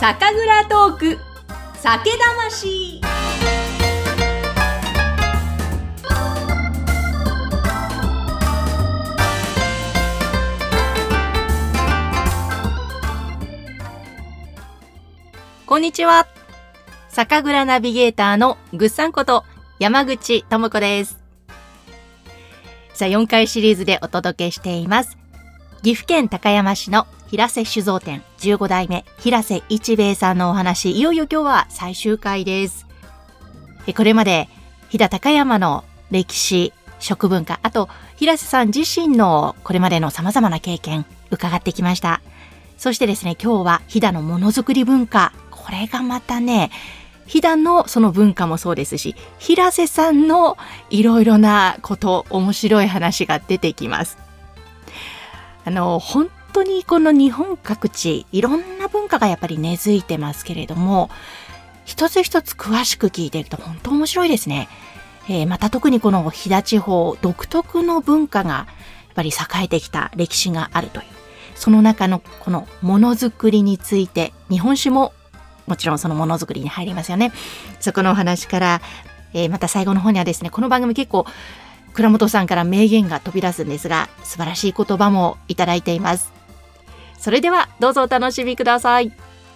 酒蔵トーク酒魂。こんにちは。酒蔵ナビゲーターのぐっさんこと山口智子です。さあ、4回シリーズでお届けしています。岐阜県高山市の平瀬酒造店15代目平瀬一兵衛さんのお話、いよいよ今日は最終回です。これまで飛騨高山の歴史、食文化、あと平瀬さん自身のこれまでの様々な経験伺ってきました。そしてですね、今日は飛騨のものづくり文化、これがまたね、飛騨のその文化もそうですし、平瀬さんのいろいろなこと、面白い話が出てきます。本当にこの日本各地、いろんな文化がやっぱり根付いてますけれども、一つ一つ詳しく聞いていくと本当面白いですね。また特にこの飛騨地方独特の文化がやっぱり栄えてきた歴史があるという。その中のこのものづくりについて、日本酒ももちろんそのものづくりに入りますよね。そこのお話から、また最後の方にはですね、この番組結構倉本さんから名言が飛び出すんですが、素晴らしい言葉もいただいています。それではどうぞお楽しみください。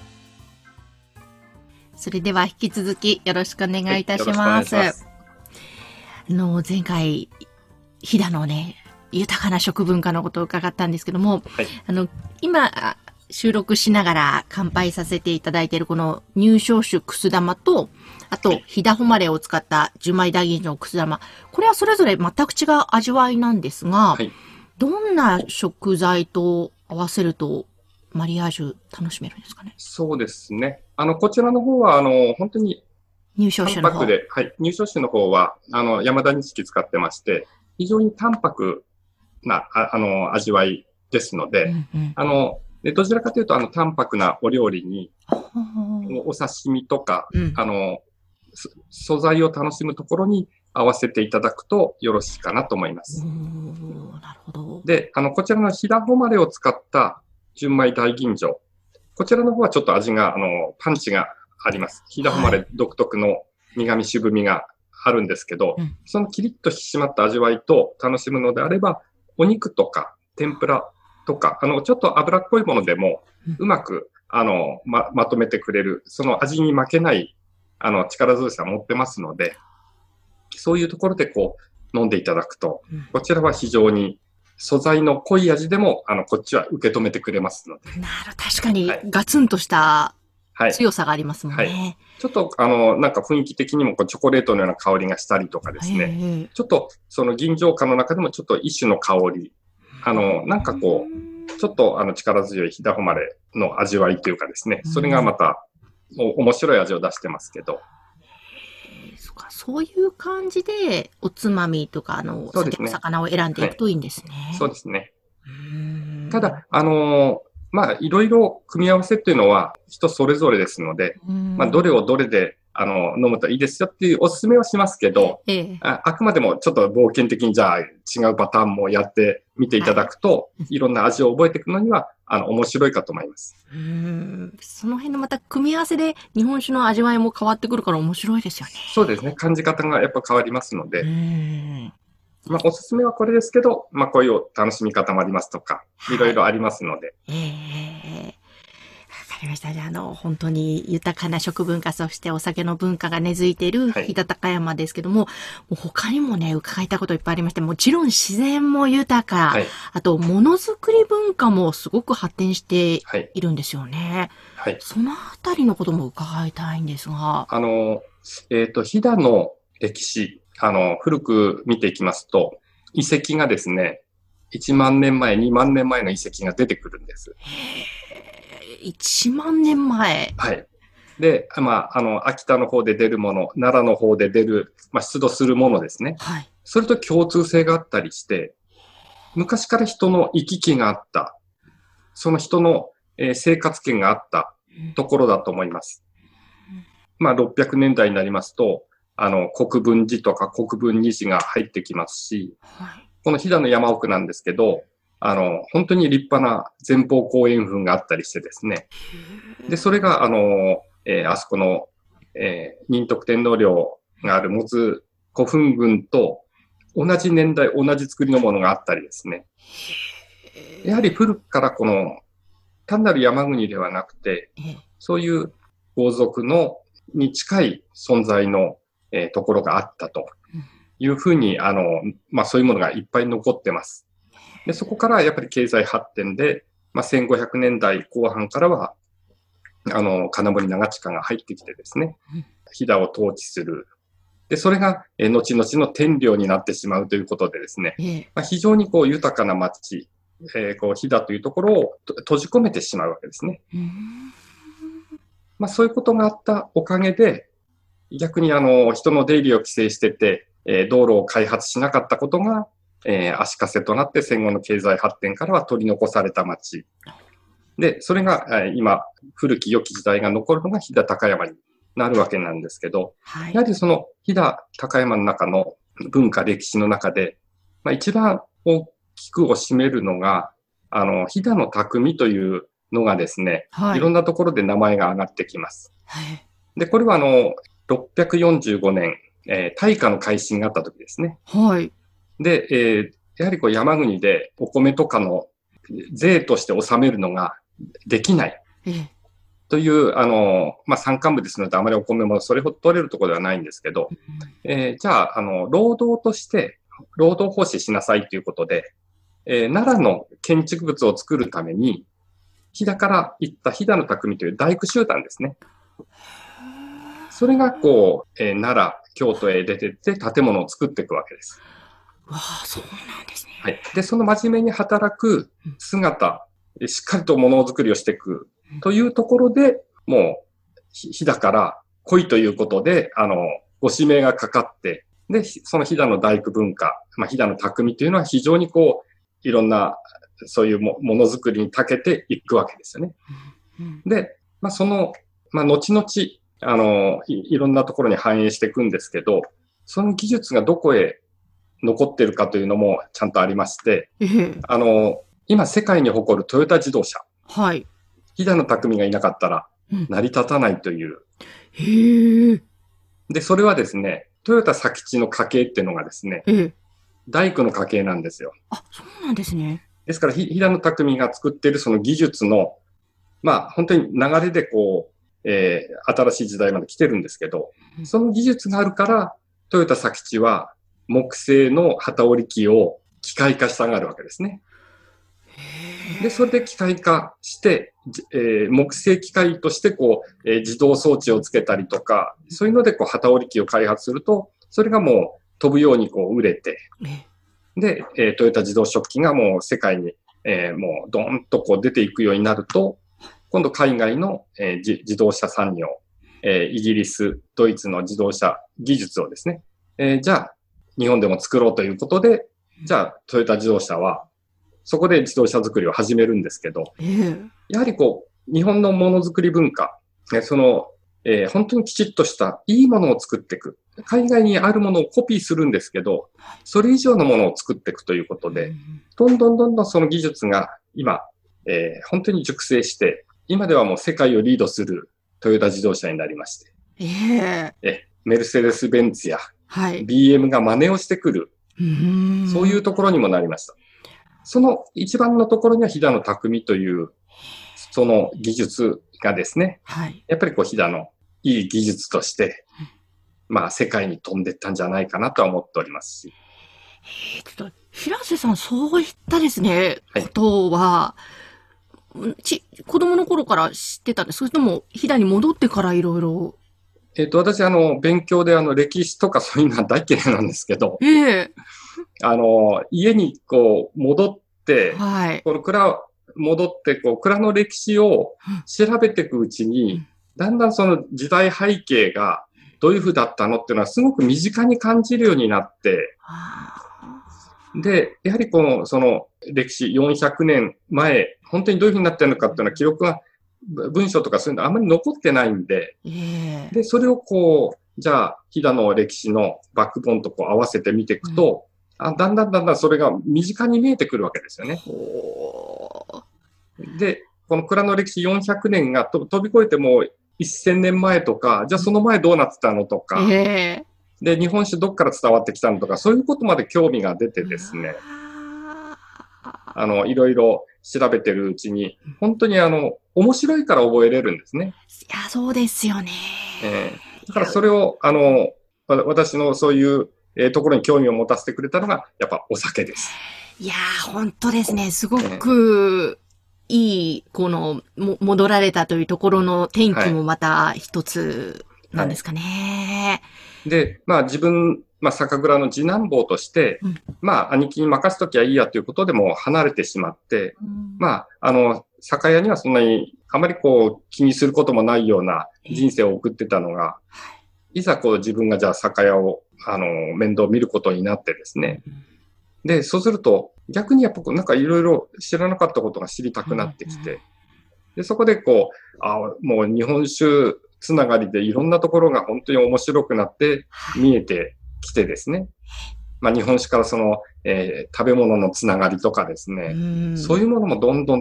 それでは引き続きよろしくお願いいたします。前回飛騨のね、豊かな食文化のことを伺ったんですけども、はい、今収録しながら乾杯させていただいているこの入賞酒くす玉と、あと飛騨誉れを使った純米大吟醸くす玉、これはそれぞれ全く違う味わいなんですが、はい、どんな食材と合わせるとマリアージュ楽しめるんですかね？そうですね。こちらの方は本当に入賞酒の方で、はい、入賞酒の方は山田錦使ってまして、非常に淡白な味わいですので、でどちらかというと淡白なお料理にお刺身とか、素材を楽しむところに合わせていただくとよろしいかなと思います。なるほど。で、こちらの飛騨誉れを使った純米大吟醸。こちらの方はちょっと味が、パンチがあります。飛騨誉れ独特の苦味渋みがあるんですけど、そのキリッと引き締まった味わいと楽しむのであれば、お肉とか天ぷらとか、ちょっと脂っこいものでも、うまく、まとめてくれる、その味に負けない、力強さを持ってますので、そういうところで飲んでいただくと、こちらは非常に素材の濃い味でも、こっちは受け止めてくれますので。確かに、ガツンとした強さがありますもんね。はいはい、ちょっと、なんか雰囲気的にもチョコレートのような香りがしたりとかですね。ちょっと、その吟醸花の中でもちょっと一種の香り。なんかちょっと力強い飛騨誉れの味わいというかですね。それがまた、面白い味を出してますけど。そういう感じで、おつまみとか、酒の魚を選んでいくといいんですね。はい、そうですね。ただ、いろいろ組み合わせっていうのは人それぞれですので、どれをどれで、飲むといいですよっていうおすすめはしますけど、あくまでもちょっと冒険的にじゃあ違うパターンもやってみていただくと、いろんな味を覚えていくのには、面白いかと思います。その辺のまた組み合わせで日本酒の味わいも変わってくるから面白いですよね。そうですね。感じ方がやっぱ変わりますので。おすすめはこれですけど、こういう楽しみ方もありますとか、いろいろありますので。わかりました。じゃあ、本当に豊かな食文化、そしてお酒の文化が根付いている飛騨高山ですけども、もう他にもね、伺いたこといっぱいありまして、もちろん自然も豊か、あと、ものづくり文化もすごく発展しているんですよね。そのあたりのことも伺いたいんですが。飛騨の歴史、古く見ていきますと、遺跡がですね、1万年前、2万年前の遺跡が出てくるんです。1万年前。はい。で、秋田の方で出るもの、奈良の方で出る、出土するものですね。はい。それと共通性があったりして、昔から人の行き来があった、その人の、生活圏があったところだと思います。600年代になりますと、国分寺とか国分二寺が入ってきますし、はい、この飛騨の山奥なんですけど、 本当に立派な前方後円墳があったりしてですね。で、それが、あそこの、仁徳天皇陵がある持つ古墳群と同じ年代、同じ作りのものがあったりですね。やはり古くから単なる山国ではなくて、そういう豪族に近い存在の、ところがあったというふうに、そういうものがいっぱい残ってます。で、そこからやっぱり経済発展で、1500年代後半からは、金森長近が入ってきてですね、飛騨を統治する。で、それが、後々の天領になってしまうということでですね、非常に豊かな町、飛騨というところを閉じ込めてしまうわけですね。そういうことがあったおかげで、逆に人の出入りを規制してて、道路を開発しなかったことが、足かせとなって戦後の経済発展からは取り残された町。で、それが、今、古き良き時代が残るのが飛騨高山になるわけなんですけど、やはりその飛騨高山の中の文化歴史の中で、一番大きくを占めるのが、飛騨の匠というのがですね、いろんなところで名前が上がってきます。で、これは645年、大化の改新があった時ですね。で、やはり山国でお米とかの税として納めるのができない。という、山間部ですので、あまりお米もそれほど取れるところではないんですけど、じゃあ、労働として、労働奉仕しなさいということで、奈良の建築物を作るために、飛騨から行った飛騨の匠という大工集団ですね。それが奈良、京都へ出てって建物を作っていくわけです。 わあ、そうなんですね。 はい。で、その真面目に働く姿、しっかりと物づくりをしていくというところで、もう、飛騨から来いということで、ご指名がかかって、で、その飛騨の大工文化、飛騨の匠というのは非常にいろんな、そういうものづくりに長けていくわけですよね。で、後々、いろんなところに反映していくんですけど、その技術がどこへ残っているかというのもちゃんとありまして、今世界に誇るトヨタ自動車。飛騨の匠がいなかったら成り立たないという。で、それはですね、トヨタ佐吉の家系っていうのがですね、大工の家系なんですよ。 あ、そうなんですね。 ですから、飛騨の匠が作っているその技術の、本当に流れで新しい時代まで来てるんですけど、その技術があるから、トヨタ佐吉は木製の機織り機を機械化したがるわけですね。で、それで機械化して、木製機械として自動装置をつけたりとか、そういうので機織り機を開発すると、それがもう飛ぶように売れて、で、トヨタ自動食器がもう世界に、もうドーンと出ていくようになると、今度海外の、自動車産業、イギリス、ドイツの自動車技術をですね、じゃあ日本でも作ろうということで、じゃあトヨタ自動車はそこで自動車作りを始めるんですけど、やはり日本のものづくり文化、本当にきちっとしたいいものを作っていく。海外にあるものをコピーするんですけど、それ以上のものを作っていくということで、どんどんその技術が今、本当に熟成して、今ではもう世界をリードするトヨタ自動車になりまして。メルセデス・ベンツや、BM が真似をしてくる。そういうところにもなりました。その一番のところには飛騨の匠という、その技術がですね、やっぱり飛騨のいい技術として、世界に飛んでいったんじゃないかなとは思っておりますし。 ちょっと、平瀬さん、そういったですね、ことは、子供の頃から知ってたんです。それとも、飛騨に戻ってからいろいろ。 私、勉強で歴史とかそういうのは大嫌いなんですけど、家に戻って、戻って、蔵の歴史を調べていくうちに、だんだんその時代背景がどういう風だったのっていうのはすごく身近に感じるようになって、で、やはりその歴史400年前、本当にどういう風になってるのかっていうのは記録が、文章とかそういうのあんまり残ってないんで、で、それをじゃあ、飛騨の歴史のバックボーンと合わせて見ていくと、 だんだんそれが身近に見えてくるわけですよね。で、この蔵の歴史400年が飛び越えても1000年前とか、じゃあその前どうなってたのとか、で、日本酒どっから伝わってきたのとか、そういうことまで興味が出てですね、いろいろ調べてるうちに、本当に面白いから覚えれるんですね。 いや、そうですよね。 だからそれを、私のそういう、ところに興味を持たせてくれたのが、やっぱお酒です。 いやー、本当ですね。すごく、いい、戻られたというところの転機もまた一つなんですかね。 で、自分、酒蔵の次男坊として、兄貴に任せときゃいいやということでも離れてしまって、酒屋にはそんなに、あまり気にすることもないような人生を送ってたのが、いざ自分がじゃあ酒屋を、面倒見ることになってですね。で、そうすると、逆にやっぱなんかいろいろ知らなかったことが知りたくなってきて、で、そこでもう日本酒つながりでいろんなところが本当に面白くなって見えてきてですね。日本酒から食べ物のつながりとかですね。そういうものもどんどん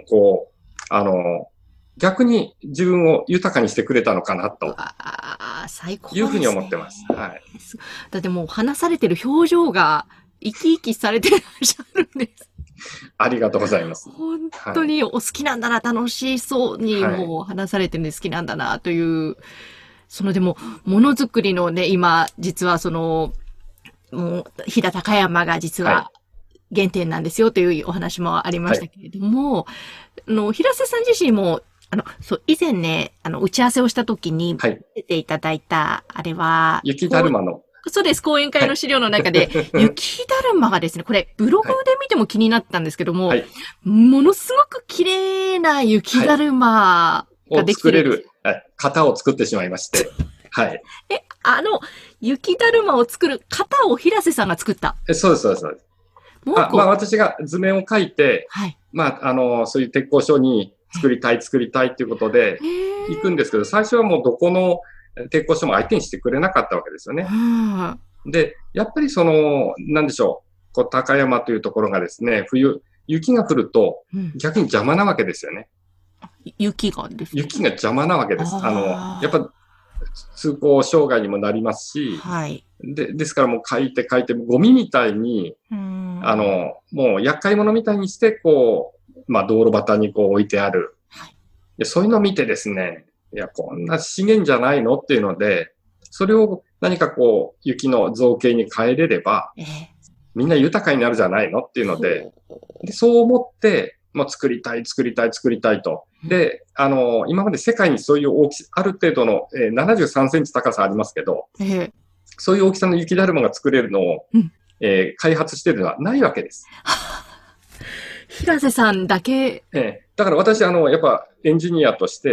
逆に自分を豊かにしてくれたのかなと。 最高ですね。 いうふうに思ってます。はい。 だってもう話されてる表情が生き生きされてらっしゃるんです。 ありがとうございます。 本当にお好きなんだな、楽しそうにもう話されてるんで好きなんだなという、でも、ものづくりのね、今、実はもう、飛騨高山が実は原点なんですよというお話もありましたけれども、平瀬さん自身も、以前ね、打ち合わせをした時に、出ていただいた、あれは、 雪だるまの。 そうです。講演会の資料の中で、雪だるまがですね、これ、ブログで見ても気になったんですけども、ものすごく綺麗な雪だるまができてる。 作れる、型を作ってしまいまして。はい。 雪だるまを作る型を平瀬さんが作った。 そうです。私が図面を描いて、そういう鉄工所に作りたいっていうことで、行くんですけど、最初はもうどこの鉄工所も相手にしてくれなかったわけですよね。で、やっぱりなんでしょう、高山というところがですね、冬、雪が降ると逆に邪魔なわけですよね。 雪がですか？雪が邪魔なわけです。やっぱ通行障害にもなりますし、ですからもう書いてゴミみたいに、もう厄介者みたいにして、道路端に置いてある。そういうのを見てですね、いや、こんな資源じゃないのっていうので、それを何か雪の造形に変えれれば、みんな豊かになるじゃないのっていうので、そう思って、もう作りたいと。で、今まで世界にそういう大きさ、ある程度の、73センチ高さありますけど、そういう大きさの雪だるまが作れるのを、開発しているのはないわけです。 平瀬さんだけ。 だから私、やっぱエンジニアとして、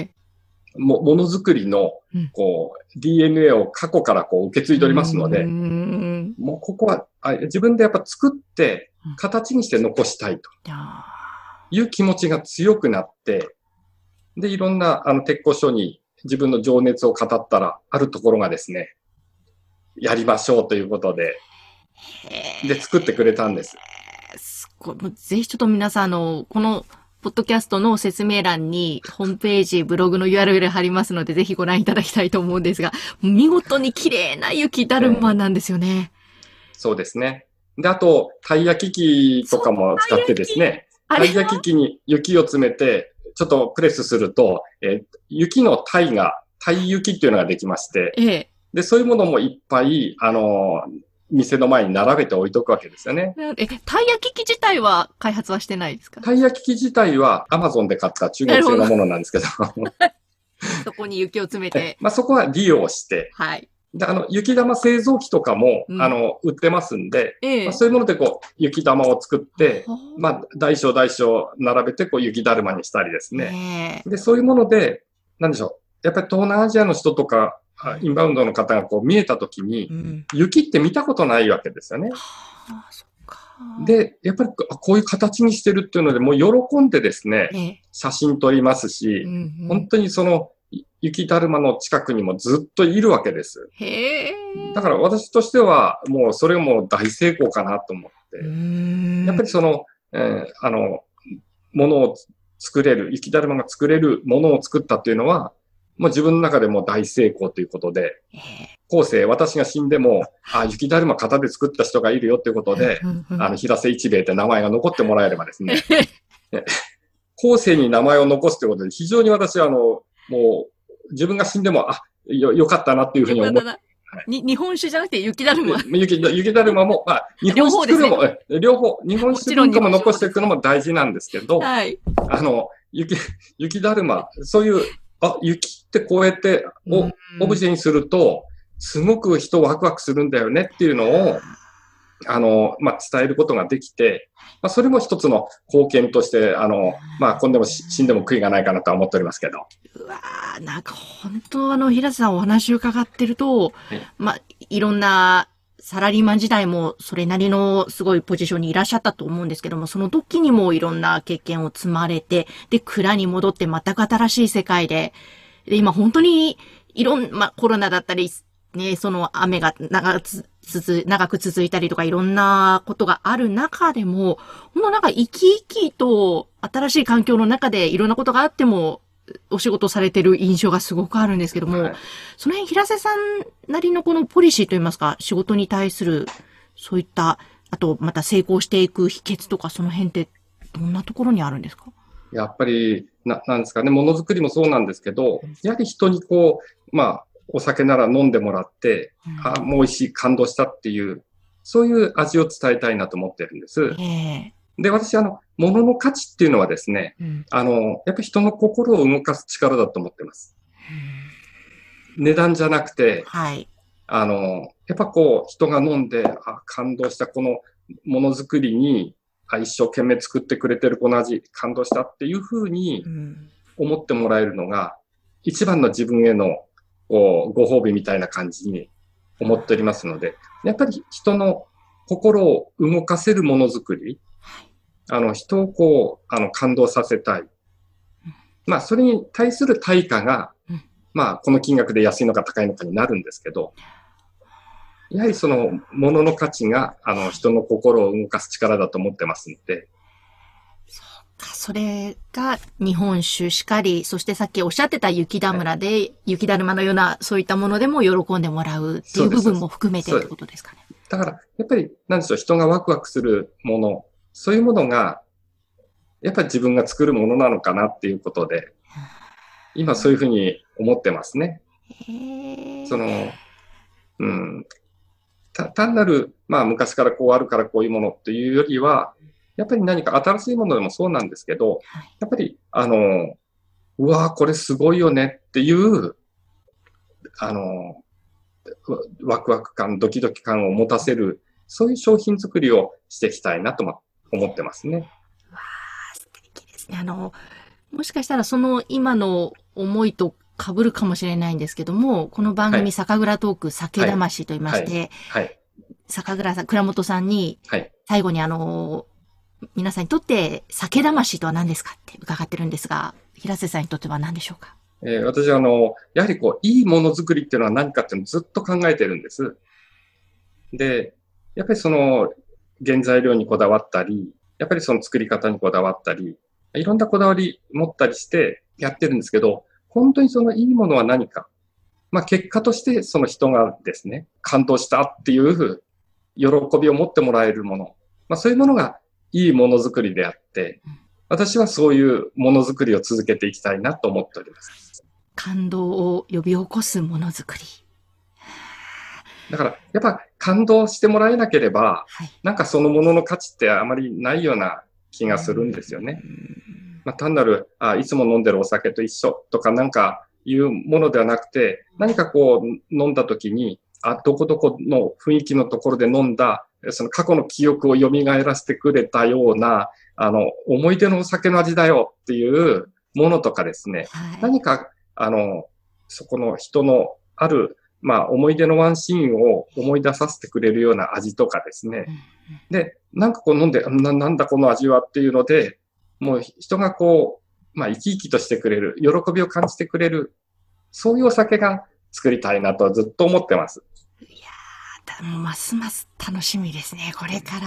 ものづくりの、DNA を過去から受け継いでおりますので、もうここは自分でやっぱ作って、形にして残したいという気持ちが強くなって、で、いろんな鉄工所に自分の情熱を語ったら、あるところがですね、やりましょうということで、で、作ってくれたんです。 すごい。ぜひちょっと皆さん、この、ポッドキャストの説明欄に、ホームページ、ブログの URL 貼りますので、ぜひご覧いただきたいと思うんですが、見事に綺麗な雪だるまなんですよね。 そうですね。で、あと、たい焼き器とかも使ってですね、たい焼き器に雪を詰めて、ちょっとプレスすると、雪のたい雪っていうのができまして、で、そういうものもいっぱい、店の前に並べて置いとくわけですよね。 たい焼き器自体は開発はしてないですか？ たい焼き器自体は Amazon で買った中国製のものなんですけど。 そこに雪を詰めて。 そこは利用して。で、雪玉製造機とかも、売ってますんで、そういうもので雪玉を作って、大小並べて雪だるまにしたりですね。で、そういうもので、なんでしょう。やっぱり東南アジアの人とか、インバウンドの方が見えたときに、雪って見たことないわけですよね。で、やっぱりこういう形にしてるっていうので、もう喜んでですね、写真撮りますし、本当に雪だるまの近くにもずっといるわけです。 へだから私としては、もうそれも大成功かなと思って。やっぱりものを作れる、雪だるまが作れるものを作ったっていうのは、もう自分の中でも大成功ということで、後世、私が死んでも、雪だるま型で作った人がいるよっていうことで、平瀬一兵衛って名前が残ってもらえればですね、後世に名前を残すということで、非常に私はもう、自分が死んでも、よかったなっていうふうに思う。 日本酒じゃなくて雪だるま。 雪だるまも、日本酒作るのも、両方、日本酒文化も残していくのも大事なんですけど、 はい。 雪だるま、そういう、雪ってこうやってオブジェにすると、すごく人ワクワクするんだよねっていうのを、伝えることができて、それも一つの貢献として、今でも死んでも悔いがないかなとは思っておりますけど。 うわー、なんか本当平瀬さんお話を伺ってると、はい、いろんなサラリーマン時代もそれなりのすごいポジションにいらっしゃったと思うんですけども、その時にもいろんな経験を積まれて、で、蔵に戻って全く新しい世界で、今本当にコロナだったり、ね、その雨が長く続いたりとかいろんなことがある中でも、もうなんか生き生きと新しい環境の中でいろんなことがあっても、お仕事されてる印象がすごくあるんですけども、はい、その辺平瀬さんなりのこのポリシーといいますか、仕事に対する、そういった、あとまた成功していく秘訣とかその辺ってどんなところにあるんですか？ やっぱり、なんですかね、ものづくりもそうなんですけど、やはり人にお酒なら飲んでもらって、もう美味しい、感動したっていう、そういう味を伝えたいなと思ってるんです。で、私、物の価値っていうのはですね、やっぱり人の心を動かす力だと思ってます。値段じゃなくて、 はい。 やっぱ人が飲んで、感動したこのものづくりに、一生懸命作ってくれてるこの味、感動したっていうふうに思ってもらえるのが、一番の自分へのご褒美みたいな感じに思っておりますので、やっぱり人の心を動かせるものづくり、人を感動させたい。それに対する対価が、この金額で安いのか高いのかになるんですけど、やはりそのものの価値が、人の心を動かす力だと思ってますので。 そうか、それが日本酒しかり、そしてさっきおっしゃってた雪だるまのような、そういったものでも喜んでもらうっていう部分も含めてってことですかね。 だから、やっぱり、なんでしょう、人がワクワクするもの、そういうものが、やっぱり自分が作るものなのかなっていうことで、今そういうふうに思ってますね。単なる、昔からこうあるからこういうものっていうよりは、やっぱり何か新しいものでもそうなんですけど、やっぱり、うわーこれすごいよねっていう、ワクワク感、ドキドキ感を持たせる、そういう商品作りをしていきたいなと思ってますね。 わー、素敵ですね。もしかしたらその今の思いと被るかもしれないんですけども、この番組、酒蔵トーク、酒魂と言いまして、酒蔵さん、倉本さんに、最後に皆さんにとって酒魂とは何ですかって伺ってるんですが、平瀬さんにとっては何でしょうか？ 私はやはりいいものづくりっていうのは何かっていうのをずっと考えてるんです。で、やっぱり原材料にこだわったり、やっぱりその作り方にこだわったり、いろんなこだわり持ったりしてやってるんですけど、本当にそのいいものは何か。結果としてその人がですね、感動したっていう喜びを持ってもらえるもの。そういうものがいいものづくりであって、私はそういうものづくりを続けていきたいなと思っております。 感動を呼び起こすものづくり。 だから、やっぱ感動してもらえなければ、なんかそのものの価値ってあまりないような気がするんですよね。単なる、いつも飲んでるお酒と一緒とかなんかいうものではなくて、何か飲んだ時に、どこどこの雰囲気のところで飲んだ、その過去の記憶を蘇らせてくれたような、思い出のお酒の味だよっていうものとかですね、何か、そこの人のある、思い出のワンシーンを思い出させてくれるような味とかですね。で、なんか飲んで、なんだこの味はっていうので、もう人が生き生きとしてくれる、喜びを感じてくれる、 そういうお酒が作りたいなとずっと思ってます。 いやー、ますます楽しみですね、これから。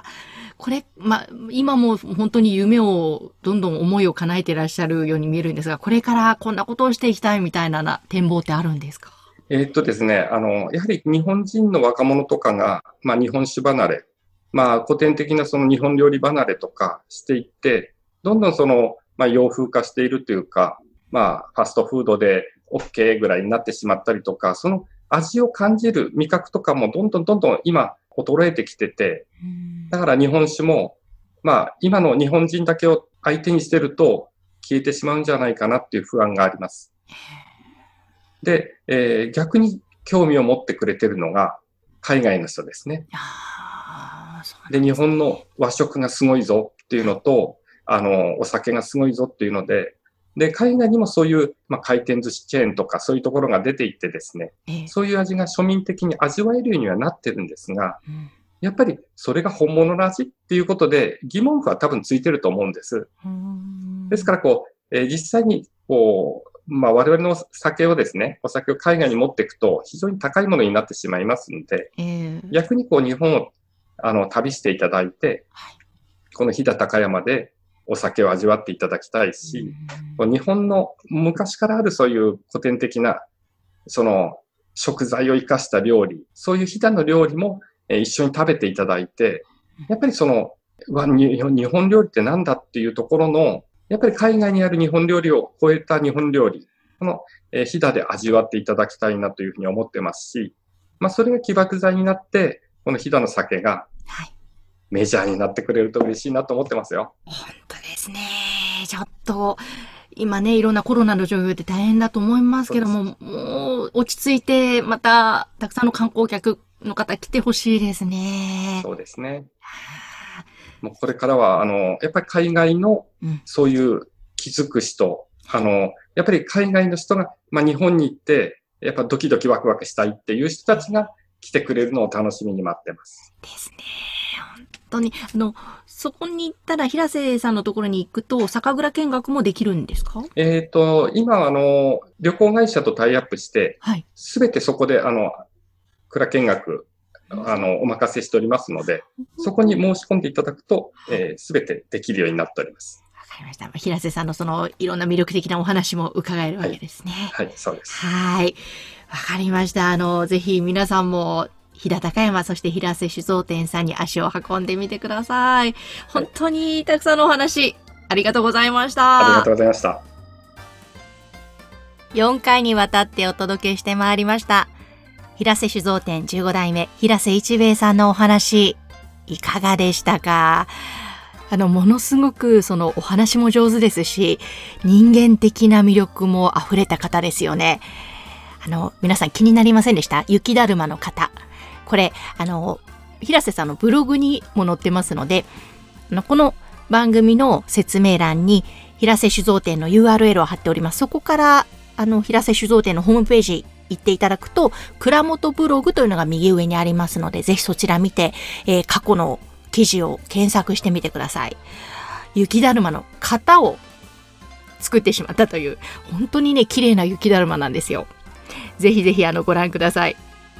これ、今も本当に夢を、どんどん思いを叶えていらっしゃるように見えるんですが、これからこんなことをしていきたいみたいな展望ってあるんですか？ ですね、やはり日本人の若者とかが、日本酒離れ、古典的なその日本料理離れとかしていって、どんどん洋風化しているというか、ファストフードで OK ぐらいになってしまったりとか、その味を感じる味覚とかもどんどん今衰えてきてて、だから日本酒も、今の日本人だけを相手にしてると消えてしまうんじゃないかなっていう不安があります。で、逆に興味を持ってくれてるのが海外の人ですね。で、日本の和食がすごいぞっていうのと、お酒がすごいぞっていうので、で、海外にもそういう、回転寿司チェーンとかそういうところが出ていってですね、そういう味が庶民的に味わえるようにはなってるんですが、やっぱりそれが本物の味っていうことで疑問符は多分ついてると思うんです。ですから実際に我々の酒をですね、お酒を海外に持っていくと非常に高いものになってしまいますので、逆に日本を旅していただいて、この飛騨高山でお酒を味わっていただきたいし、日本の昔からあるそういう古典的なその食材を生かした料理、そういう飛騨の料理も一緒に食べていただいて、やっぱり日本料理ってなんだっていうところの、やっぱり海外にある日本料理を超えた日本料理、この飛騨で味わっていただきたいなというふうに思ってますし、それが起爆剤になって、この飛騨の酒がメジャーになってくれると嬉しいなと思ってますよ。 本当ですね。ちょっと、今ね、いろんなコロナの状況で大変だと思いますけども、もう落ち着いて、また、たくさんの観光客の方来てほしいですね。 そうですね。もうこれからは、やっぱり海外の、そういう気づく人、やっぱり海外の人が、日本に行って、やっぱドキドキワクワクしたいっていう人たちが来てくれるのを楽しみに待ってます。 ですね。本当に、そこに行ったら、平瀬さんのところに行くと、酒蔵見学もできるんですか？ 今、旅行会社とタイアップして、すべてそこで、蔵見学、お任せしておりますので、そこに申し込んでいただくと、すべてできるようになっております。 わかりました。平瀬さんのいろんな魅力的なお話も伺えるわけですね。 はい、そうです。 はい。わかりました。ぜひ皆さんも、飛騨高山、そして平瀬酒造店さんに足を運んでみてください。本当にたくさんのお話、ありがとうございました。 ありがとうございました。 4回にわたってお届けしてまいりました。平瀬酒造店15代目、平瀬一兵衛さんのお話、いかがでしたか？ものすごくお話も上手ですし、人間的な魅力も溢れた方ですよね。皆さん気になりませんでした？雪だるまの方。これ、平瀬さんのブログにも載ってますので、この番組の説明欄に平瀬酒造店の URL を貼っております。そこから、平瀬酒造店のホームページ行っていただくと、蔵元ブログというのが右上にありますので、ぜひそちら見て、過去の記事を検索してみてください。雪だるまの型を作ってしまったという、本当にね、綺麗な雪だるまなんですよ。ぜひぜひご覧ください。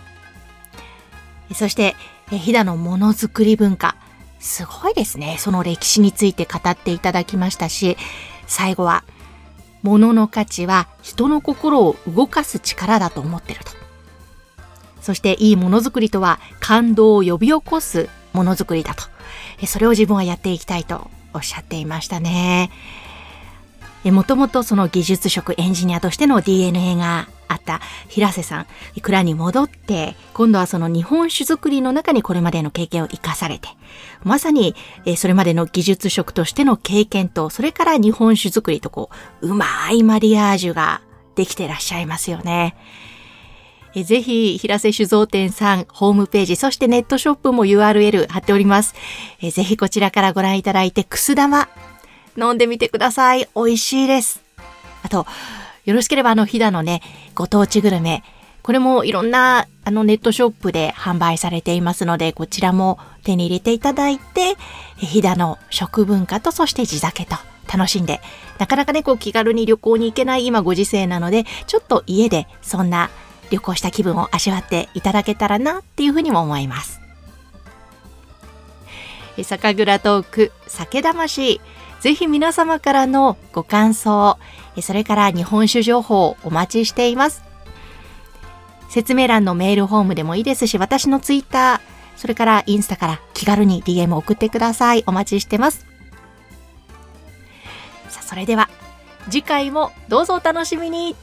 そして、飛騨のものづくり文化、すごいですね。その歴史について語っていただきましたし、最後は、物の価値は人の心を動かす力だと思ってると。そしていいものづくりとは感動を呼び起こすものづくりだと。それを自分はやっていきたいとおっしゃっていましたね。もともとその技術職エンジニアとしての DNA があった平瀬さん、蔵に戻って、今度はその日本酒作りの中にこれまでの経験を生かされて、まさにそれまでの技術職としての経験と、それから日本酒作りとうまいマリアージュができてらっしゃいますよね。ぜひ、平瀬酒造店さん、ホームページ、そしてネットショップも URL 貼っております。ぜひこちらからご覧いただいて、くす玉、飲んでみてください。美味しいです。あと、よろしければ飛騨のね、ご当地グルメ、これもいろんなネットショップで販売されていますので、こちらも手に入れていただいて、飛騨の食文化とそして地酒と楽しんで、なかなかね、こう気軽に旅行に行けない今ご時世なので、ちょっと家でそんな旅行した気分を味わっていただけたらなっていうふうにも思います。酒蔵トーク酒魂、ぜひ皆様からのご感想、それから日本酒情報をお待ちしています。説明欄のメールフォームでもいいですし、私のツイッター、それからインスタから気軽に DM を送ってください。お待ちしてます。さあ、それでは次回もどうぞお楽しみに。